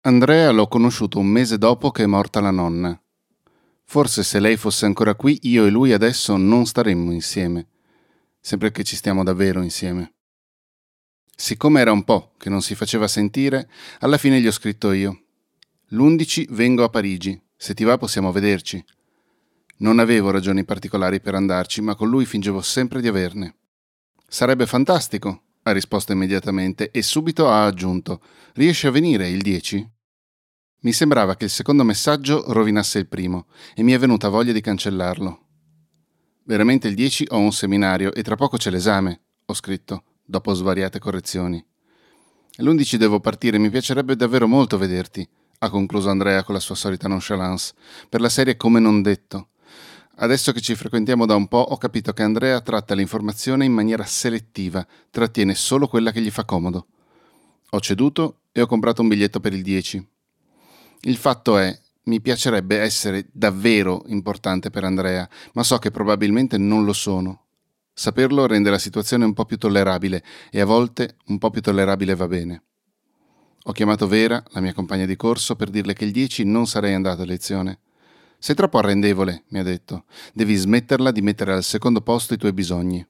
Andrea l'ho conosciuto un mese dopo che è morta la nonna. Forse se lei fosse ancora qui, io e lui adesso non staremmo insieme, sempre che ci stiamo davvero insieme. Siccome era un po' che non si faceva sentire, alla fine gli ho scritto io. L'11 vengo a Parigi, se ti va possiamo vederci. Non avevo ragioni particolari per andarci, ma con lui fingevo sempre di averne. Sarebbe fantastico, ha risposto immediatamente e subito ha aggiunto: riesci a venire il 10? Mi sembrava che il secondo messaggio rovinasse il primo e mi è venuta voglia di cancellarlo. Veramente il 10 ho un seminario e tra poco c'è l'esame, ho scritto, dopo svariate correzioni. L'11 devo partire, mi piacerebbe davvero molto vederti, ha concluso Andrea con la sua solita nonchalance, per la serie come non detto. Adesso che ci frequentiamo da un po' ho capito che Andrea tratta l'informazione in maniera selettiva, trattiene solo quella che gli fa comodo. Ho ceduto e ho comprato un biglietto per il 10. Il fatto è, mi piacerebbe essere davvero importante per Andrea, ma so che probabilmente non lo sono. Saperlo rende la situazione un po' più tollerabile e a volte un po' più tollerabile va bene. Ho chiamato Vera, la mia compagna di corso, per dirle che il 10 non sarei andato a lezione. Sei troppo arrendevole, mi ha detto. Devi smetterla di mettere al secondo posto i tuoi bisogni.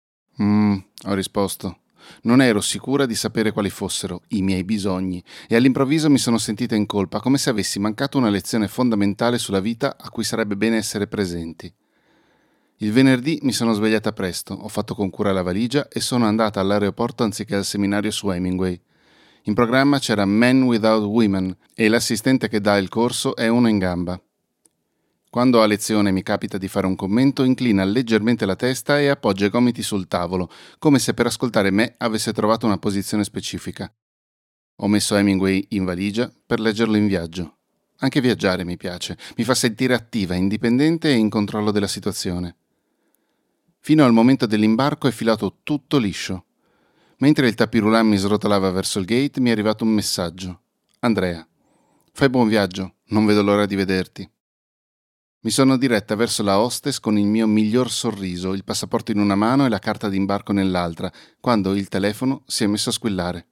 Ho risposto. Non ero sicura di sapere quali fossero i miei bisogni e all'improvviso mi sono sentita in colpa, come se avessi mancato una lezione fondamentale sulla vita a cui sarebbe bene essere presenti. Il venerdì mi sono svegliata presto, ho fatto con cura la valigia e sono andata all'aeroporto anziché al seminario su Hemingway. In programma c'era Men Without Women e l'assistente che dà il corso è uno in gamba. Quando a lezione mi capita di fare un commento, inclina leggermente la testa e appoggia i gomiti sul tavolo, come se per ascoltare me avesse trovato una posizione specifica. Ho messo Hemingway in valigia per leggerlo in viaggio. Anche viaggiare mi piace, mi fa sentire attiva, indipendente e in controllo della situazione. Fino al momento dell'imbarco è filato tutto liscio. Mentre il tapirulan mi srotolava verso il gate mi è arrivato un messaggio. Andrea, fai buon viaggio, non vedo l'ora di vederti. Mi sono diretta verso la hostess con il mio miglior sorriso, il passaporto in una mano e la carta d'imbarco nell'altra, quando il telefono si è messo a squillare.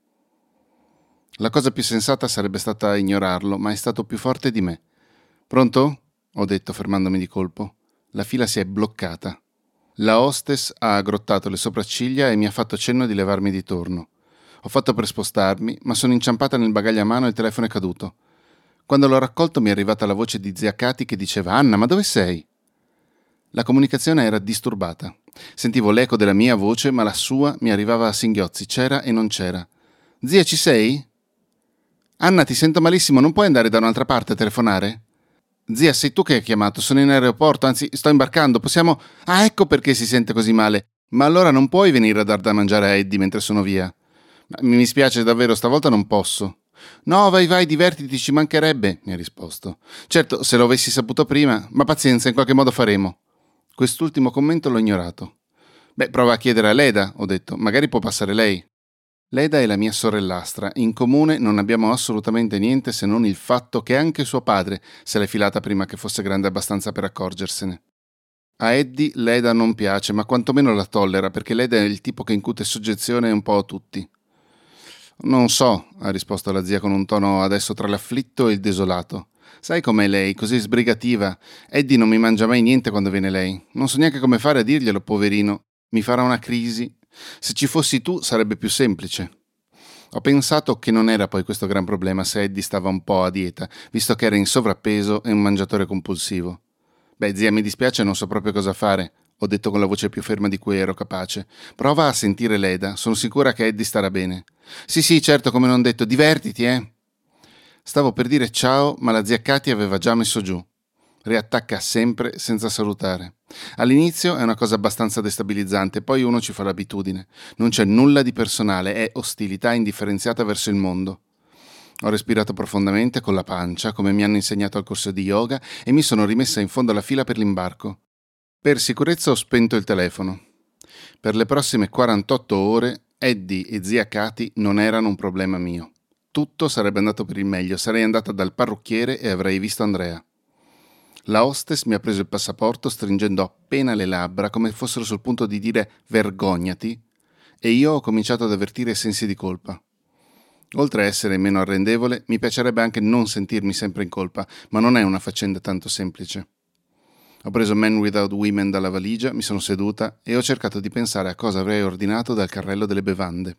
La cosa più sensata sarebbe stata ignorarlo, ma è stato più forte di me. Pronto? Ho detto fermandomi di colpo. La fila si è bloccata. La hostess ha aggrottato le sopracciglia e mi ha fatto cenno di levarmi di torno. Ho fatto per spostarmi, ma sono inciampata nel bagaglio a mano e il telefono è caduto. Quando l'ho raccolto mi è arrivata la voce di zia Katy che diceva: «Anna, ma dove sei?» La comunicazione era disturbata. Sentivo l'eco della mia voce, ma la sua mi arrivava a singhiozzi, c'era e non c'era. «Zia, ci sei?» «Anna, ti sento malissimo, non puoi andare da un'altra parte a telefonare?» «Zia, sei tu che hai chiamato, sono in aeroporto, anzi sto imbarcando, possiamo...» «Ah, ecco perché si sente così male. Ma allora non puoi venire a dar da mangiare a Eddie mentre sono via?» «Mi spiace davvero, stavolta non posso.» «No, vai, divertiti, ci mancherebbe», mi ha risposto. «Certo, se lo avessi saputo prima, ma pazienza, in qualche modo faremo.» Quest'ultimo commento l'ho ignorato. «Beh, prova a chiedere a Leda», ho detto, «magari può passare lei.» Leda è la mia sorellastra, in comune non abbiamo assolutamente niente se non il fatto che anche suo padre se l'è filata prima che fosse grande abbastanza per accorgersene. A Eddie Leda non piace, ma quantomeno la tollera, perché Leda è il tipo che incute soggezione un po' a tutti. «Non so», ha risposto la zia con un tono adesso tra l'afflitto e il desolato. «Sai com'è lei, così sbrigativa. Eddie non mi mangia mai niente quando viene lei. Non so neanche come fare a dirglielo, poverino. Mi farà una crisi. Se ci fossi tu sarebbe più semplice.» Ho pensato che non era poi questo gran problema se Eddie stava un po' a dieta, visto che era in sovrappeso e un mangiatore compulsivo. «Beh, zia, mi dispiace, non so proprio cosa fare», ho detto con la voce più ferma di cui ero capace. «Prova a sentire Leda, sono sicura che Eddie starà bene.» Sì, certo, come non detto, divertiti, eh?» Stavo per dire ciao, ma la zia Katy aveva già messo giù. Riattacca sempre senza salutare. All'inizio è una cosa abbastanza destabilizzante, poi uno ci fa l'abitudine. Non c'è nulla di personale, è ostilità indifferenziata verso il mondo. Ho respirato profondamente con la pancia, come mi hanno insegnato al corso di yoga, e mi sono rimessa in fondo alla fila per l'imbarco. Per sicurezza ho spento il telefono. Per le prossime 48 ore Eddie e zia Katy non erano un problema mio. Tutto sarebbe andato per il meglio, sarei andata dal parrucchiere e avrei visto Andrea. La hostess mi ha preso il passaporto stringendo appena le labbra come fossero sul punto di dire «vergognati» e io ho cominciato ad avvertire sensi di colpa. Oltre a essere meno arrendevole, mi piacerebbe anche non sentirmi sempre in colpa, ma non è una faccenda tanto semplice. Ho preso Man Without Women dalla valigia, mi sono seduta e ho cercato di pensare a cosa avrei ordinato dal carrello delle bevande.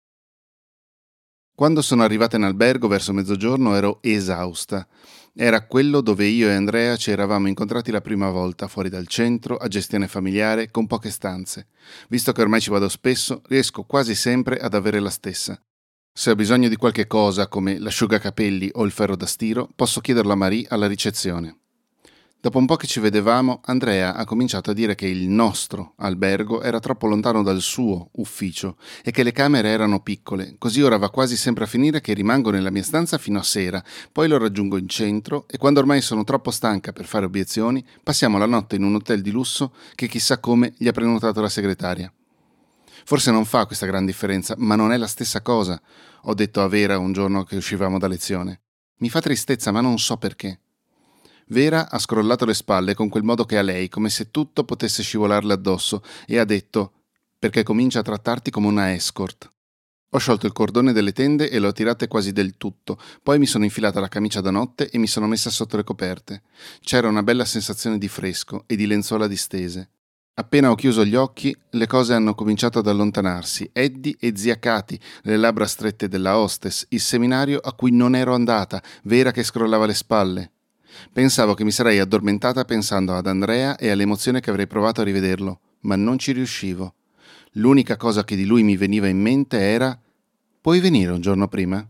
Quando sono arrivata in albergo verso mezzogiorno ero esausta. Era quello dove io e Andrea ci eravamo incontrati la prima volta, fuori dal centro, a gestione familiare, con poche stanze. Visto che ormai ci vado spesso, riesco quasi sempre ad avere la stessa. Se ho bisogno di qualche cosa, come l'asciugacapelli o il ferro da stiro, posso chiederlo a Marie alla ricezione. Dopo un po' che ci vedevamo, Andrea ha cominciato a dire che il nostro albergo era troppo lontano dal suo ufficio e che le camere erano piccole, così ora va quasi sempre a finire che rimango nella mia stanza fino a sera, poi lo raggiungo in centro e quando ormai sono troppo stanca per fare obiezioni, passiamo la notte in un hotel di lusso che chissà come gli ha prenotato la segretaria. Forse non fa questa gran differenza, ma non è la stessa cosa, ho detto a Vera un giorno che uscivamo da lezione. Mi fa tristezza, ma non so perché. Vera ha scrollato le spalle con quel modo che ha lei, come se tutto potesse scivolarle addosso, e ha detto: perché comincia a trattarti come una escort. Ho sciolto il cordone delle tende e l'ho tirate quasi del tutto, poi mi sono infilata la camicia da notte e mi sono messa sotto le coperte. C'era una bella sensazione di fresco e di lenzuola distese. Appena ho chiuso gli occhi, le cose hanno cominciato ad allontanarsi. Eddie e zia Katy, le labbra strette della hostess, il seminario a cui non ero andata, Vera che scrollava le spalle. Pensavo che mi sarei addormentata pensando ad Andrea e all'emozione che avrei provato a rivederlo, ma non ci riuscivo. L'unica cosa che di lui mi veniva in mente era: puoi venire un giorno prima?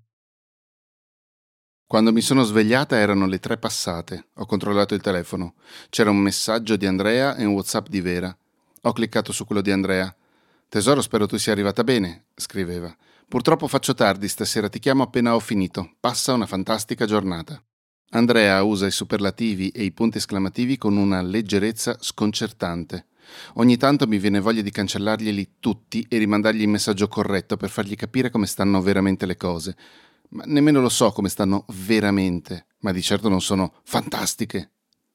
Quando mi sono svegliata erano le 3 passate. Ho controllato il telefono. C'era un messaggio di Andrea e un WhatsApp di Vera. Ho cliccato su quello di Andrea. Tesoro, spero tu sia arrivata bene, scriveva. Purtroppo faccio tardi stasera, ti chiamo appena ho finito. Passa una fantastica giornata. Andrea usa i superlativi e i punti esclamativi con una leggerezza sconcertante. Ogni tanto mi viene voglia di cancellarglieli tutti e rimandargli il messaggio corretto per fargli capire come stanno veramente le cose. Ma nemmeno lo so come stanno veramente, ma di certo non sono fantastiche.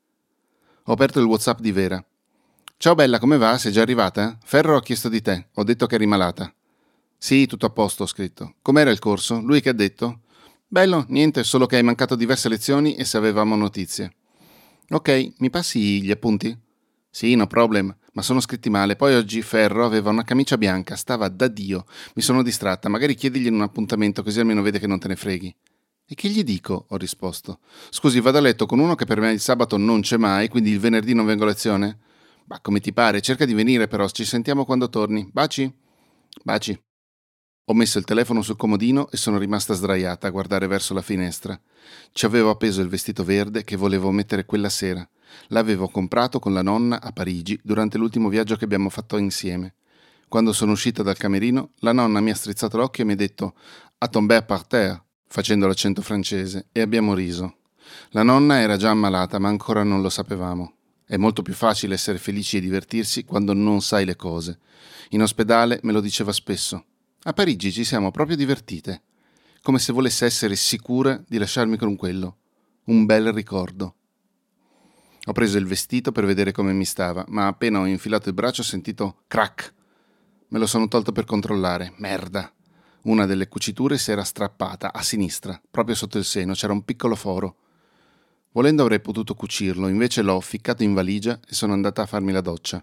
Ho aperto il WhatsApp di Vera. Ciao bella, come va? Sei già arrivata? Ferro ha chiesto di te. Ho detto che eri malata. Sì, tutto a posto, ho scritto. Com'era il corso? Lui che ha detto? Bello, niente, solo che hai mancato diverse lezioni e se avevamo notizie. Ok, mi passi gli appunti? Sì, no problem, ma sono scritti male. Poi oggi Ferro aveva una camicia bianca, stava da Dio. Mi sono distratta, magari chiedigli un appuntamento così almeno vede che non te ne freghi. E che gli dico? Ho risposto. Scusi, vado a letto con uno che per me il sabato non c'è mai, quindi il venerdì non vengo a lezione? Ma come ti pare, cerca di venire però, ci sentiamo quando torni. Baci? Baci. Ho messo il telefono sul comodino e sono rimasta sdraiata a guardare verso la finestra. Ci avevo appeso il vestito verde che volevo mettere quella sera. L'avevo comprato con la nonna a Parigi durante l'ultimo viaggio che abbiamo fatto insieme. Quando sono uscita dal camerino, la nonna mi ha strizzato l'occhio e mi ha detto «A tomber par terre», facendo l'accento francese, e abbiamo riso. La nonna era già ammalata, ma ancora non lo sapevamo. È molto più facile essere felici e divertirsi quando non sai le cose. In ospedale me lo diceva spesso. A Parigi ci siamo proprio divertite, come se volesse essere sicura di lasciarmi con quello. Un bel ricordo. Ho preso il vestito per vedere come mi stava, ma appena ho infilato il braccio ho sentito crack. Me lo sono tolto per controllare. Merda. Una delle cuciture si era strappata a sinistra, proprio sotto il seno, c'era un piccolo foro. Volendo avrei potuto cucirlo, invece l'ho ficcato in valigia e sono andata a farmi la doccia.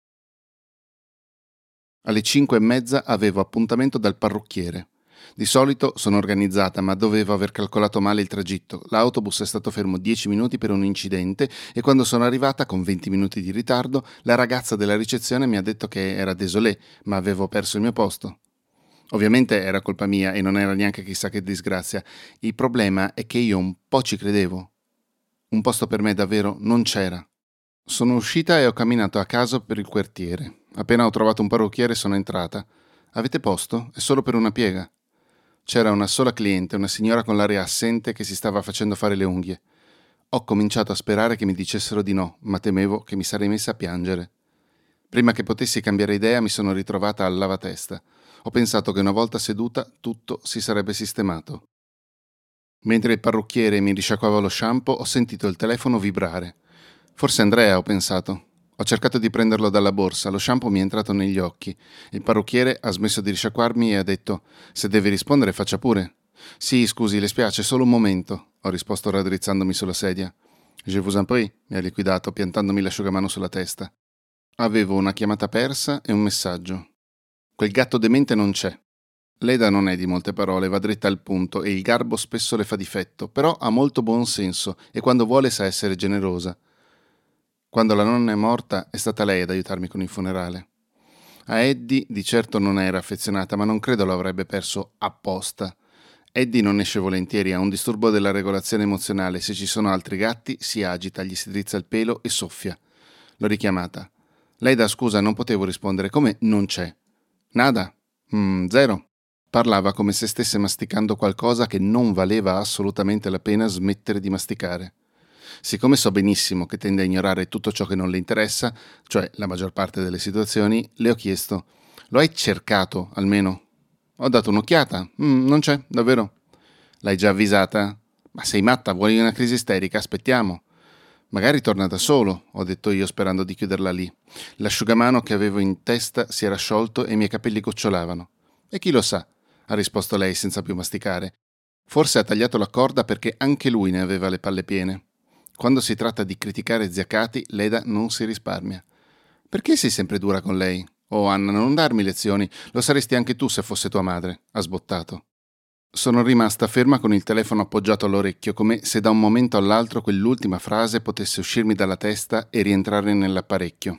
Alle 5:30 avevo appuntamento dal parrucchiere. Di solito sono organizzata, ma dovevo aver calcolato male il tragitto. L'autobus è stato fermo 10 minuti per un incidente e quando sono arrivata, con 20 minuti di ritardo, la ragazza della ricezione mi ha detto che era désolé, ma avevo perso il mio posto. Ovviamente era colpa mia e non era neanche chissà che disgrazia. Il problema è che io un po' ci credevo. Un posto per me davvero non c'era. Sono uscita e ho camminato a caso per il quartiere. Appena ho trovato un parrucchiere sono entrata. Avete posto? È solo per una piega. C'era una sola cliente, una signora con l'aria assente che si stava facendo fare le unghie. Ho cominciato a sperare che mi dicessero di no, ma temevo che mi sarei messa a piangere. Prima che potessi cambiare idea mi sono ritrovata al lavatesta. Ho pensato che una volta seduta tutto si sarebbe sistemato. Mentre il parrucchiere mi risciacquava lo shampoo ho sentito il telefono vibrare. Forse Andrea, ho pensato. Ho cercato di prenderlo dalla borsa, lo shampoo mi è entrato negli occhi. Il parrucchiere ha smesso di risciacquarmi e ha detto: se deve rispondere faccia pure. Sì, scusi, le spiace, solo un momento, ho risposto raddrizzandomi sulla sedia. Je vous en prie, mi ha liquidato, piantandomi l'asciugamano sulla testa. Avevo una chiamata persa e un messaggio. Quel gatto demente non c'è. Leda non è di molte parole, va dritta al punto e il garbo spesso le fa difetto, però ha molto buon senso e quando vuole sa essere generosa. Quando la nonna è morta è stata lei ad aiutarmi con il funerale. A Eddie di certo non era affezionata, ma non credo lo avrebbe perso apposta. Eddie non esce volentieri, ha un disturbo della regolazione emozionale. Se ci sono altri gatti, si agita, gli si drizza il pelo e soffia. L'ho richiamata. Lei dà scusa, non potevo rispondere. Come non c'è? Nada? Zero. Parlava come se stesse masticando qualcosa che non valeva assolutamente la pena smettere di masticare. Siccome so benissimo che tende a ignorare tutto ciò che non le interessa, cioè la maggior parte delle situazioni, le ho chiesto: lo hai cercato, almeno? Ho dato un'occhiata. Non c'è, davvero. L'hai già avvisata? Ma sei matta, vuoi una crisi isterica? Aspettiamo. Magari torna da solo, ho detto io sperando di chiuderla lì. L'asciugamano che avevo in testa si era sciolto e i miei capelli gocciolavano. E chi lo sa, ha risposto lei senza più masticare. Forse ha tagliato la corda perché anche lui ne aveva le palle piene. Quando si tratta di criticare zia Cati, Leda non si risparmia. Perché sei sempre dura con lei? Oh Anna, non darmi lezioni, lo saresti anche tu se fosse tua madre, ha sbottato. Sono rimasta ferma con il telefono appoggiato all'orecchio, come se da un momento all'altro quell'ultima frase potesse uscirmi dalla testa e rientrare nell'apparecchio.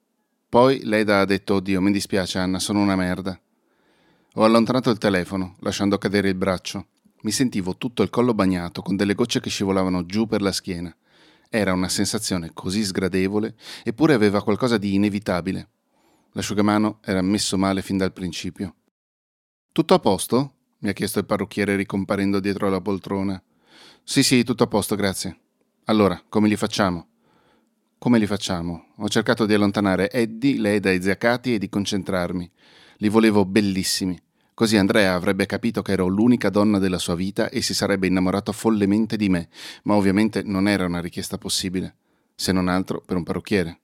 Poi Leda ha detto: oddio, mi dispiace Anna, sono una merda. Ho allontanato il telefono, lasciando cadere il braccio. Mi sentivo tutto il collo bagnato, con delle gocce che scivolavano giù per la schiena. Era una sensazione così sgradevole, eppure aveva qualcosa di inevitabile. L'asciugamano era messo male fin dal principio. Tutto a posto? Mi ha chiesto il parrucchiere ricomparendo dietro la poltrona. Sì, tutto a posto, grazie. Allora, come li facciamo? Come li facciamo? Ho cercato di allontanare Eddie, Leda e zia Cati e di concentrarmi. Li volevo bellissimi. Così Andrea avrebbe capito che ero l'unica donna della sua vita e si sarebbe innamorato follemente di me, ma ovviamente non era una richiesta possibile, se non altro per un parrucchiere.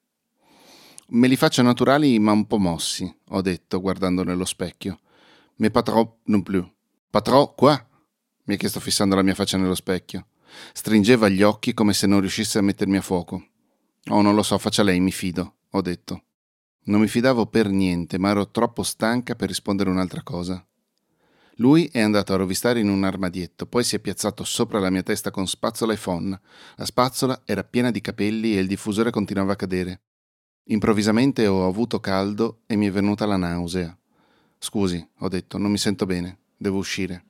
Me li faccio naturali ma un po' mossi, ho detto guardando nello specchio. Mais pas trop non plus. Pas trop, quoi? Mi ha chiesto fissando la mia faccia nello specchio. Stringeva gli occhi come se non riuscisse a mettermi a fuoco. Oh, non lo so, faccia lei, mi fido, ho detto. Non mi fidavo per niente, ma ero troppo stanca per rispondere un'altra cosa. Lui è andato a rovistare in un armadietto, poi si è piazzato sopra la mia testa con spazzola e phon. La spazzola era piena di capelli e il diffusore continuava a cadere. Improvvisamente ho avuto caldo e mi è venuta la nausea. Scusi, ho detto, non mi sento bene, devo uscire.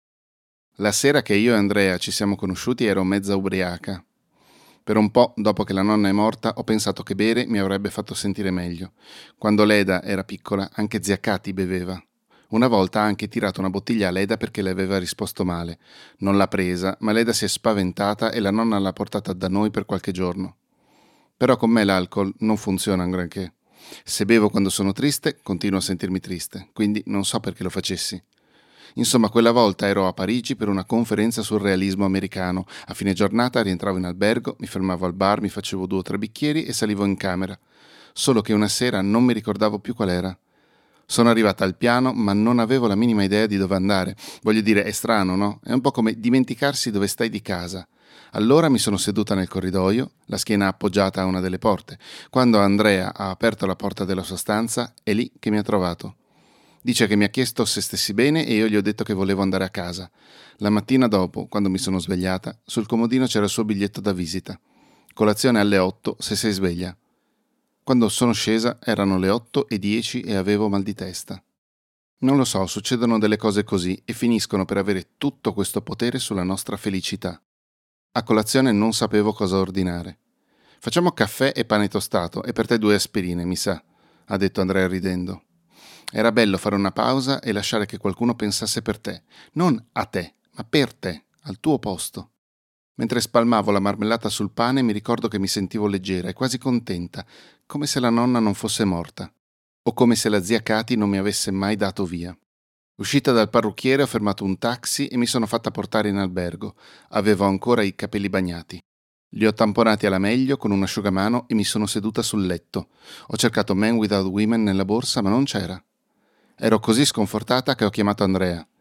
La sera che io e Andrea ci siamo conosciuti ero mezza ubriaca. Per un po', dopo che la nonna è morta, ho pensato che bere mi avrebbe fatto sentire meglio. Quando Leda era piccola, anche zia Cati beveva. Una volta ha anche tirato una bottiglia a Leda perché le aveva risposto male. Non l'ha presa, ma Leda si è spaventata e la nonna l'ha portata da noi per qualche giorno. Però con me l'alcol non funziona un granché. Se bevo quando sono triste, continuo a sentirmi triste, quindi non so perché lo facessi. Insomma, quella volta ero a Parigi per una conferenza sul realismo americano. A fine giornata rientravo in albergo, mi fermavo al bar, mi facevo 2 o 3 bicchieri e salivo in camera. Solo che una sera non mi ricordavo più qual era. Sono arrivata al piano, ma non avevo la minima idea di dove andare. Voglio dire, è strano, no? È un po' come dimenticarsi dove stai di casa. Allora mi sono seduta nel corridoio, la schiena appoggiata a una delle porte. Quando Andrea ha aperto la porta della sua stanza, è lì che mi ha trovato. Dice che mi ha chiesto se stessi bene e io gli ho detto che volevo andare a casa. La mattina dopo, quando mi sono svegliata, sul comodino c'era il suo biglietto da visita. Colazione alle 8 se sei sveglia. Quando sono scesa erano le 8:10 e avevo mal di testa. Non lo so, succedono delle cose così e finiscono per avere tutto questo potere sulla nostra felicità. A colazione non sapevo cosa ordinare. Facciamo caffè e pane tostato e per te 2 aspirine, mi sa, ha detto Andrea ridendo. Era bello fare una pausa e lasciare che qualcuno pensasse per te, non a te, ma per te, al tuo posto. Mentre spalmavo la marmellata sul pane mi ricordo che mi sentivo leggera e quasi contenta, come se la nonna non fosse morta, o come se la zia Cati non mi avesse mai dato via. Uscita dal parrucchiere ho fermato un taxi e mi sono fatta portare in albergo. Avevo ancora i capelli bagnati. Li ho tamponati alla meglio con un asciugamano e mi sono seduta sul letto. Ho cercato Man Without Women nella borsa ma non c'era. Ero così sconfortata che ho chiamato Andrea.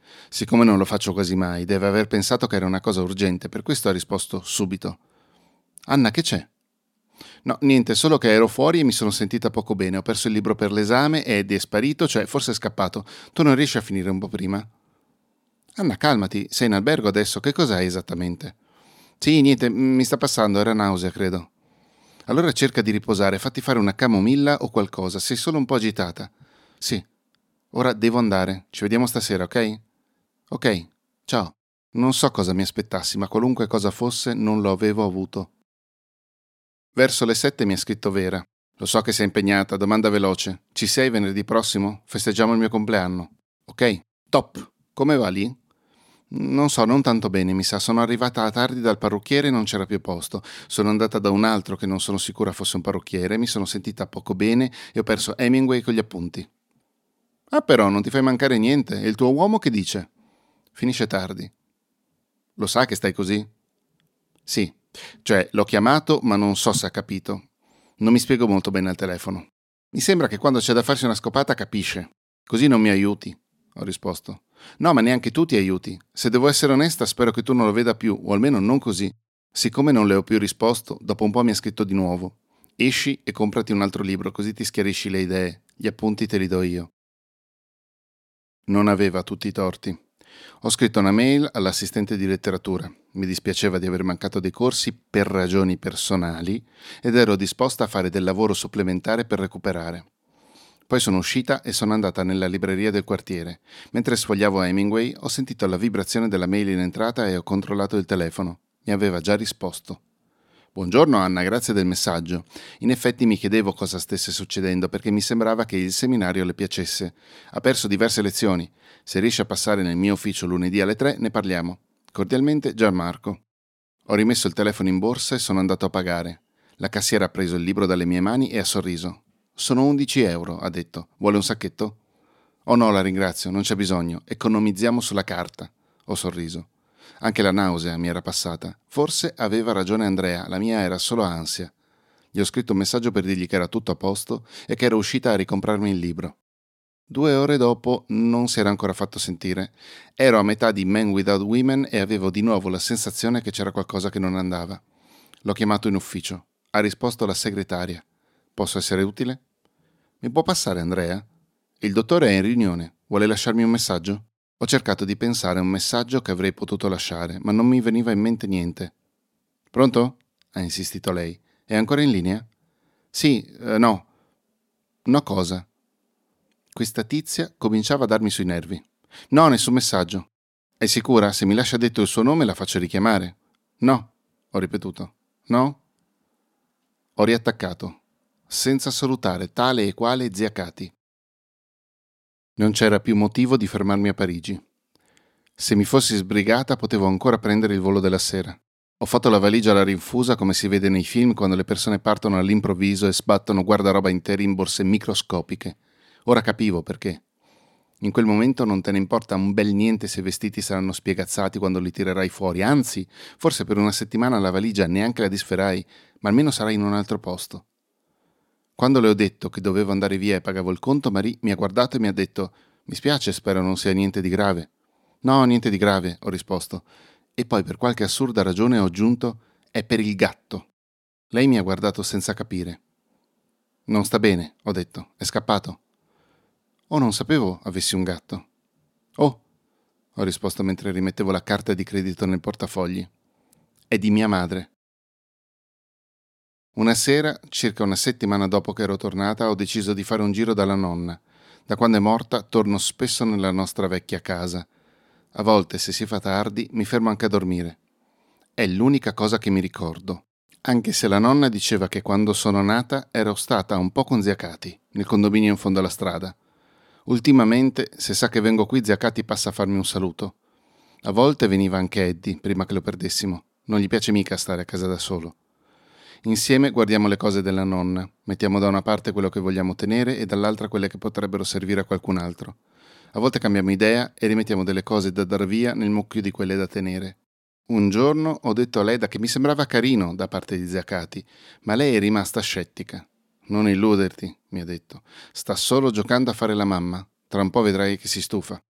Siccome non lo faccio quasi mai, deve aver pensato che era una cosa urgente, per questo ha risposto subito. Anna, che c'è? No, niente, solo che ero fuori e mi sono sentita poco bene. Ho perso il libro per l'esame e Eddie è sparito, cioè forse è scappato. Tu non riesci a finire un po' prima? Anna, calmati, sei in albergo adesso, che cos'hai esattamente? Sì, niente, mi sta passando, era nausea, credo. Allora cerca di riposare, fatti fare una camomilla o qualcosa, sei solo un po' agitata. Sì, ora devo andare, ci vediamo stasera, ok? Ok, ciao. Non so cosa mi aspettassi, ma qualunque cosa fosse non lo avevo avuto. Verso le 7 mi ha scritto Vera. Lo so che sei impegnata, domanda veloce. Ci sei venerdì prossimo? Festeggiamo il mio compleanno. Ok? Top. Come va lì? Non so, non tanto bene, mi sa. Sono arrivata tardi dal parrucchiere e non c'era più posto. Sono andata da un altro che non sono sicura fosse un parrucchiere, mi sono sentita poco bene e ho perso Hemingway con gli appunti. Ah, però, non ti fai mancare niente. E il tuo uomo che dice? Finisce tardi. Lo sa che stai così? Sì. Cioè, l'ho chiamato, ma non so se ha capito. Non mi spiego molto bene al telefono. Mi sembra che quando c'è da farsi una scopata capisce. Così non mi aiuti, ho risposto. No, ma neanche tu ti aiuti. Se devo essere onesta, spero che tu non lo veda più, o almeno non così. Siccome non le ho più risposto, dopo un po' mi ha scritto di nuovo. Esci e comprati un altro libro, così ti schiarisci le idee. Gli appunti te li do io. Non aveva tutti i torti. Ho scritto una mail all'assistente di letteratura. Mi dispiaceva di aver mancato dei corsi per ragioni personali ed ero disposta a fare del lavoro supplementare per recuperare. Poi sono uscita e sono andata nella libreria del quartiere. Mentre sfogliavo Hemingway ho sentito la vibrazione della mail in entrata e ho controllato il telefono. Mi aveva già risposto. Buongiorno Anna, grazie del messaggio. In effetti mi chiedevo cosa stesse succedendo perché mi sembrava che il seminario le piacesse. Ha perso diverse lezioni. Se riesce a passare nel mio ufficio lunedì alle 3 ne parliamo. Cordialmente Gianmarco. Ho rimesso il telefono in borsa e sono andato a pagare. La cassiera ha preso il libro dalle mie mani e ha sorriso. Sono 11 euro, ha detto. Vuole un sacchetto? Oh no, la ringrazio, non c'è bisogno. Economizziamo sulla carta. Ho sorriso. Anche la nausea mi era passata. Forse aveva ragione Andrea, la mia era solo ansia. Gli ho scritto un messaggio per dirgli che era tutto a posto e che ero uscita a ricomprarmi il libro. 2 ore dopo non si era ancora fatto sentire. Ero a metà di Men Without Women e avevo di nuovo la sensazione che c'era qualcosa che non andava. L'ho chiamato in ufficio. Ha risposto la segretaria. Posso essere utile? Mi può passare Andrea? Il dottore è in riunione. Vuole lasciarmi un messaggio? Ho cercato di pensare a un messaggio che avrei potuto lasciare, ma non mi veniva in mente niente. Pronto? Ha insistito lei. È ancora in linea? Sì, no. No cosa? Questa tizia cominciava a darmi sui nervi. No, nessun messaggio. È sicura? Se mi lascia detto il suo nome la faccio richiamare. No, ho ripetuto. No? Ho riattaccato, senza salutare tale e quale zia Cati. Non c'era più motivo di fermarmi a Parigi. Se mi fossi sbrigata potevo ancora prendere il volo della sera. Ho fatto la valigia alla rinfusa come si vede nei film quando le persone partono all'improvviso e sbattono guardaroba interi in borse microscopiche. Ora capivo perché. In quel momento non te ne importa un bel niente se i vestiti saranno spiegazzati quando li tirerai fuori, anzi, forse per una settimana la valigia neanche la disferai, ma almeno sarai in un altro posto. Quando le ho detto che dovevo andare via e pagavo il conto, Marie mi ha guardato e mi ha detto «Mi spiace, spero non sia niente di grave». «No, niente di grave», ho risposto. E poi per qualche assurda ragione ho aggiunto «È per il gatto». Lei mi ha guardato senza capire. «Non sta bene», ho detto. «È scappato». «Oh, non sapevo avessi un gatto». «Oh», ho risposto mentre rimettevo la carta di credito nel portafogli. «È di mia madre». Una sera, circa una settimana dopo che ero tornata, ho deciso di fare un giro dalla nonna. Da quando è morta torno spesso nella nostra vecchia casa. A volte, se si fa tardi, mi fermo anche a dormire. È l'unica cosa che mi ricordo. Anche se la nonna diceva che quando sono nata ero stata un po' con zia Cati, nel condominio in fondo alla strada. Ultimamente, se sa che vengo qui, zia Cati passa a farmi un saluto. A volte veniva anche Eddie, prima che lo perdessimo. Non gli piace mica stare a casa da solo. Insieme guardiamo le cose della nonna, mettiamo da una parte quello che vogliamo tenere e dall'altra quelle che potrebbero servire a qualcun altro. A volte cambiamo idea e rimettiamo delle cose da dar via nel mucchio di quelle da tenere. Un giorno ho detto a Leda che mi sembrava carino da parte di zia Cati, ma lei è rimasta scettica. «Non illuderti», mi ha detto, «sta solo giocando a fare la mamma, tra un po' vedrai che si stufa».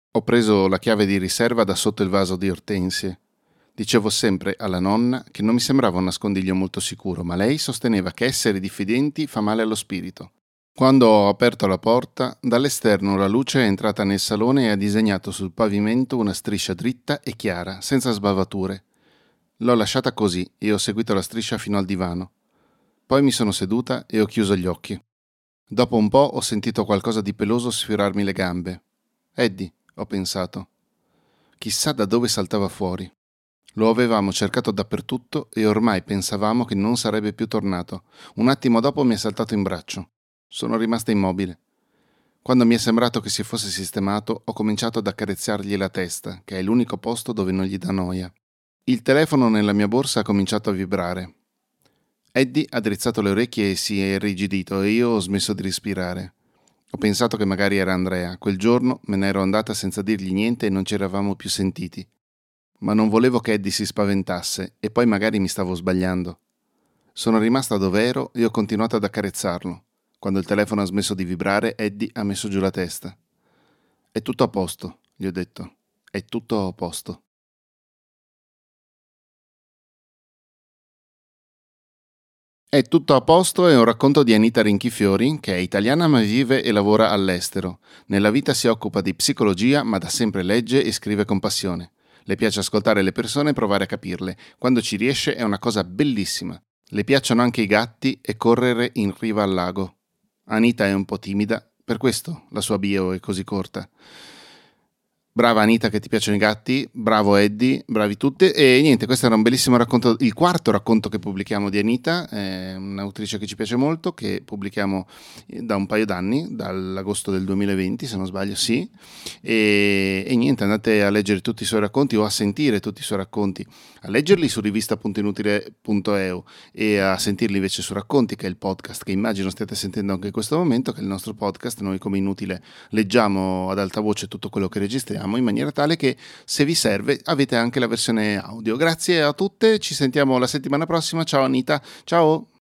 Ho preso la chiave di riserva da sotto il vaso di ortensie. Dicevo sempre alla nonna che non mi sembrava un nascondiglio molto sicuro, ma lei sosteneva che essere diffidenti fa male allo spirito. Quando ho aperto la porta, dall'esterno la luce è entrata nel salone e ha disegnato sul pavimento una striscia dritta e chiara, senza sbavature. L'ho lasciata così e ho seguito la striscia fino al divano. Poi mi sono seduta e ho chiuso gli occhi. Dopo un po' ho sentito qualcosa di peloso sfiorarmi le gambe. Eddie, ho pensato. Chissà da dove saltava fuori. Lo avevamo cercato dappertutto e ormai pensavamo che non sarebbe più tornato. Un attimo dopo mi è saltato in braccio. Sono rimasta immobile. Quando mi è sembrato che si fosse sistemato, ho cominciato ad accarezzargli la testa, che è l'unico posto dove non gli dà noia. Il telefono nella mia borsa ha cominciato a vibrare. Eddie ha drizzato le orecchie e si è irrigidito e io ho smesso di respirare. Ho pensato che magari era Andrea. Quel giorno me ne ero andata senza dirgli niente e non ci eravamo più sentiti. Ma non volevo che Eddie si spaventasse e poi magari mi stavo sbagliando. Sono rimasta dove ero e ho continuato ad accarezzarlo. Quando il telefono ha smesso di vibrare, Eddie ha messo giù la testa. È tutto a posto, gli ho detto. È tutto a posto. È tutto a posto è un racconto di Anita Rinchifiori, che è italiana ma vive e lavora all'estero. Nella vita si occupa di psicologia, ma da sempre legge e scrive con passione. Le piace ascoltare le persone e provare a capirle. Quando ci riesce è una cosa bellissima. Le piacciono anche i gatti e correre in riva al lago. Anita è un po' timida, per questo la sua bio è così corta. Brava Anita che ti piacciono i gatti, bravo Eddie, bravi tutti e niente, questo era un bellissimo racconto, il quarto racconto che pubblichiamo di Anita, è un'autrice che ci piace molto, che pubblichiamo da un paio d'anni, dall'agosto del 2020 se non sbaglio, sì, e niente, andate a leggere tutti i suoi racconti o a sentire tutti i suoi racconti, a leggerli su rivista.inutile.eu e a sentirli invece su Racconti, che è il podcast che immagino stiate sentendo anche in questo momento, che è il nostro podcast. Noi come Inutile leggiamo ad alta voce tutto quello che registriamo in maniera tale che se vi serve avete anche la versione audio. Grazie a tutte, ci sentiamo la settimana prossima. Ciao Anita, ciao!